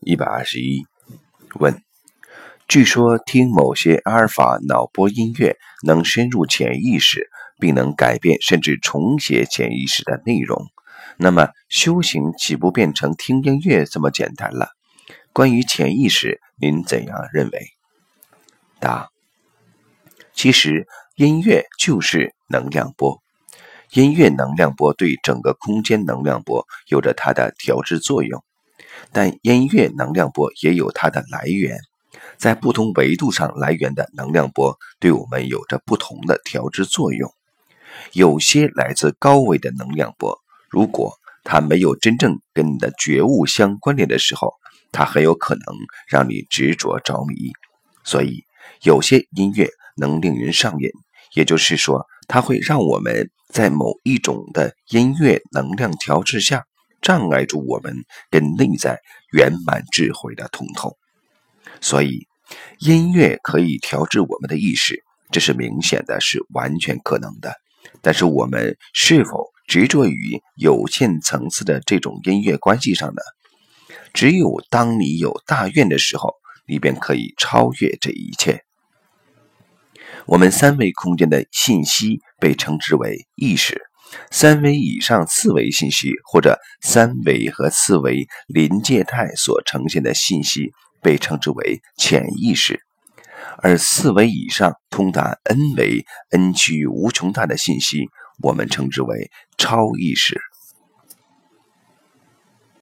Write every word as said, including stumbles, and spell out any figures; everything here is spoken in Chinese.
一百二十一问，据说听某些阿尔法脑波音乐能深入潜意识，并能改变甚至重写潜意识的内容，那么修行岂不变成听音乐这么简单了？关于潜意识，您怎样认为？答：其实音乐就是能量波，音乐能量波对整个空间能量波有着它的调制作用，但音乐能量波也有它的来源，在不同维度上来源的能量波对我们有着不同的调制作用。有些来自高维的能量波，如果它没有真正跟你的觉悟相关联的时候，它很有可能让你执着着迷。所以有些音乐能令人上瘾，也就是说它会让我们在某一种的音乐能量调制下障碍住我们跟内在圆满智慧的通透。所以音乐可以调制我们的意识，这是明显的，是完全可能的。但是我们是否执着于有限层次的这种音乐关系上呢？只有当你有大愿的时候，你便可以超越这一切。我们三维空间的信息被称之为意识，三维以上四维信息或者三维和四维临界态所呈现的信息被称之为潜意识，而四维以上通达 N 维 N 趋于无穷大的信息，我们称之为超意识。